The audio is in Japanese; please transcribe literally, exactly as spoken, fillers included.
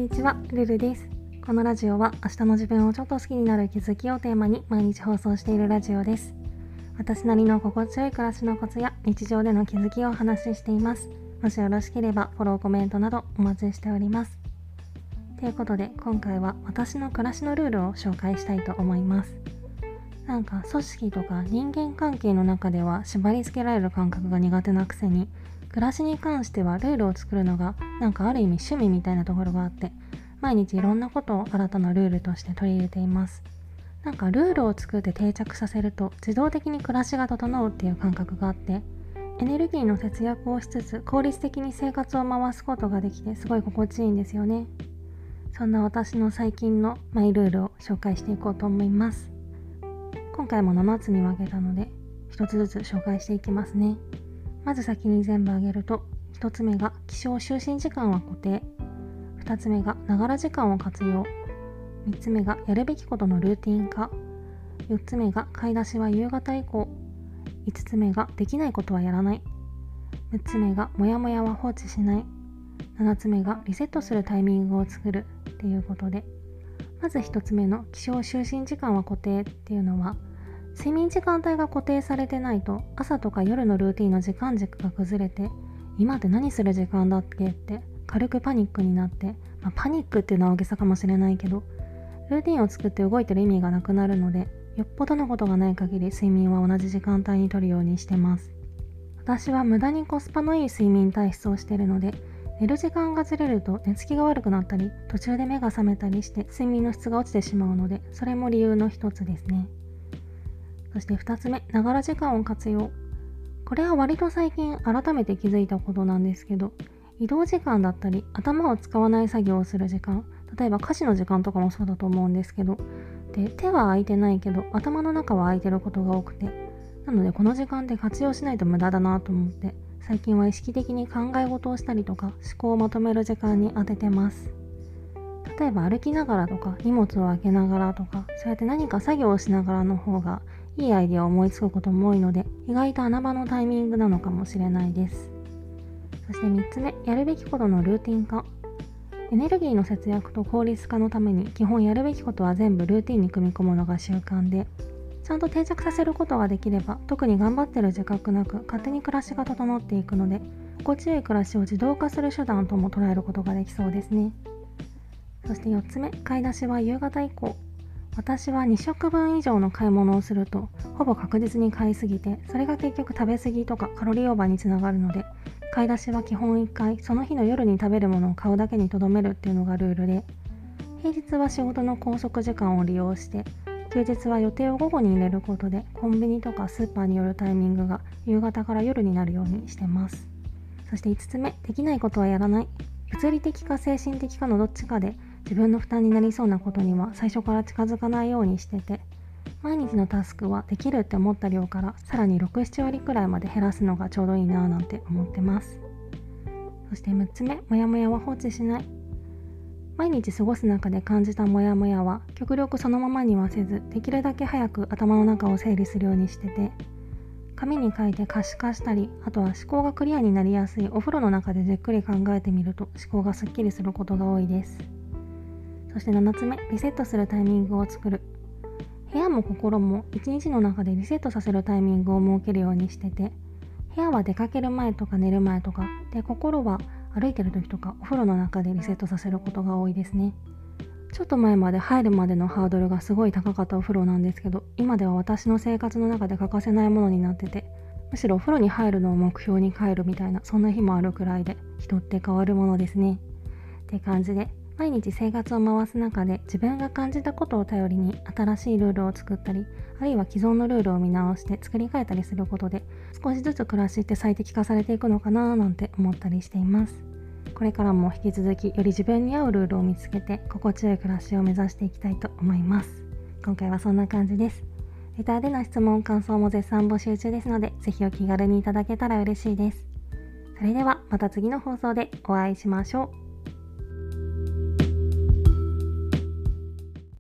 にちは、ルルです。このラジオは明日の自分をちょっと好きになる気づきをテーマに毎日放送しているラジオです。私なりの心地よい暮らしのコツや日常での気づきをお話ししています。もしよろしければフォロー、コメントなどお待ちしております。ということで今回は私の暮らしのルールを紹介したいと思います。なんか組織とか人間関係の中では縛り付けられる感覚が苦手なくせに、暮らしに関してはルールを作るのがなんかある意味趣味みたいなところがあって、毎日いろんなことを新たなルールとして取り入れています。なんかルールを作って定着させると自動的に暮らしが整うっていう感覚があって、エネルギーの節約をしつつ効率的に生活を回すことができてすごい心地いいんですよね。そんな私の最近のマイルールを紹介していこうと思います。今回もななつに分けたのでひとつずつ紹介していきますね。まず先に全部挙げると、ひとつめが起床就寝時間は固定、ふたつめがながら時間を活用、みっつめがやるべきことのルーティン化、よっつめが買い出しは夕方以降、いつつめができないことはやらない、むっつめがモヤモヤは放置しない、ななつめがリセットするタイミングを作るっていうことで、まずひとつめの起床就寝時間は固定っていうのは、睡眠時間帯が固定されてないと朝とか夜のルーティンの時間軸が崩れて、今って何する時間だっけって軽くパニックになって、まあ、パニックっていうのは大げさかもしれないけど、ルーティンを作って動いてる意味がなくなるので、よっぽどのことがない限り睡眠は同じ時間帯にとるようにしてます。私は無駄にコスパのいい睡眠体質をしているので、寝る時間がずれると寝つきが悪くなったり途中で目が覚めたりして睡眠の質が落ちてしまうので、それも理由の一つですね。そしてふたつめ、ながら時間を活用。これは割と最近改めて気づいたことなんですけど、移動時間だったり頭を使わない作業をする時間、例えば家事の時間とかもそうだと思うんですけど、で手は空いてないけど頭の中は空いてることが多くて、なのでこの時間で活用しないと無駄だなと思って、最近は意識的に考え事をしたりとか思考をまとめる時間に当ててます。例えば歩きながらとか荷物を開けながらとか、そうやって何か作業をしながらの方がいいアイデアを思いつくことも多いので、意外と穴場のタイミングなのかもしれないです。そしてみっつめ、やるべきことのルーティン化。エネルギーの節約と効率化のために基本やるべきことは全部ルーティンに組み込むのが習慣で、ちゃんと定着させることができれば特に頑張ってる自覚なく勝手に暮らしが整っていくので、心地よい暮らしを自動化する手段とも捉えることができそうですね。そしてよっつめ、買い出しは夕方以降。私はにしょくぶん以上の買い物をするとほぼ確実に買いすぎて、それが結局食べ過ぎとかカロリーオーバーにつながるので、買い出しは基本いっかいその日の夜に食べるものを買うだけにとどめるっていうのがルールで、平日は仕事の拘束時間を利用して、休日は予定を午後に入れることでコンビニとかスーパーによるタイミングが夕方から夜になるようにしてます。そしていつつめ、できないことはやらない。物理的か精神的かのどっちかで自分の負担になりそうなことには最初から近づかないようにしてて、毎日のタスクはできるって思った量からさらにろく、なな割くらいまで減らすのがちょうどいいなぁなんて思ってます。そしてむっつめ、もやもやは放置しない。毎日過ごす中で感じたモヤモヤは極力そのままにはせず、できるだけ早く頭の中を整理するようにしてて、紙に書いて可視化したり、あとは思考がクリアになりやすいお風呂の中でじっくり考えてみると思考がすっきりすることが多いです。そしてななつめ、リセットするタイミングを作る。部屋も心も一日の中でリセットさせるタイミングを設けるようにしてて、部屋は出かける前とか寝る前とかで、心は歩いてる時とかお風呂の中でリセットさせることが多いですね。ちょっと前まで入るまでのハードルがすごい高かったお風呂なんですけど、今では私の生活の中で欠かせないものになってて、むしろお風呂に入るのを目標に帰るみたいな、そんな日もあるくらいで、人って変わるものですねって感じで、毎日生活を回す中で自分が感じたことを頼りに新しいルールを作ったり、あるいは既存のルールを見直して作り変えたりすることで、少しずつ暮らしって最適化されていくのかななんて思ったりしています。これからも引き続きより自分に合うルールを見つけて心地よい暮らしを目指していきたいと思います。今回はそんな感じです。レターでの質問感想も絶賛募集中ですので、ぜひお気軽にいただけたら嬉しいです。それではまた次の放送でお会いしましょう。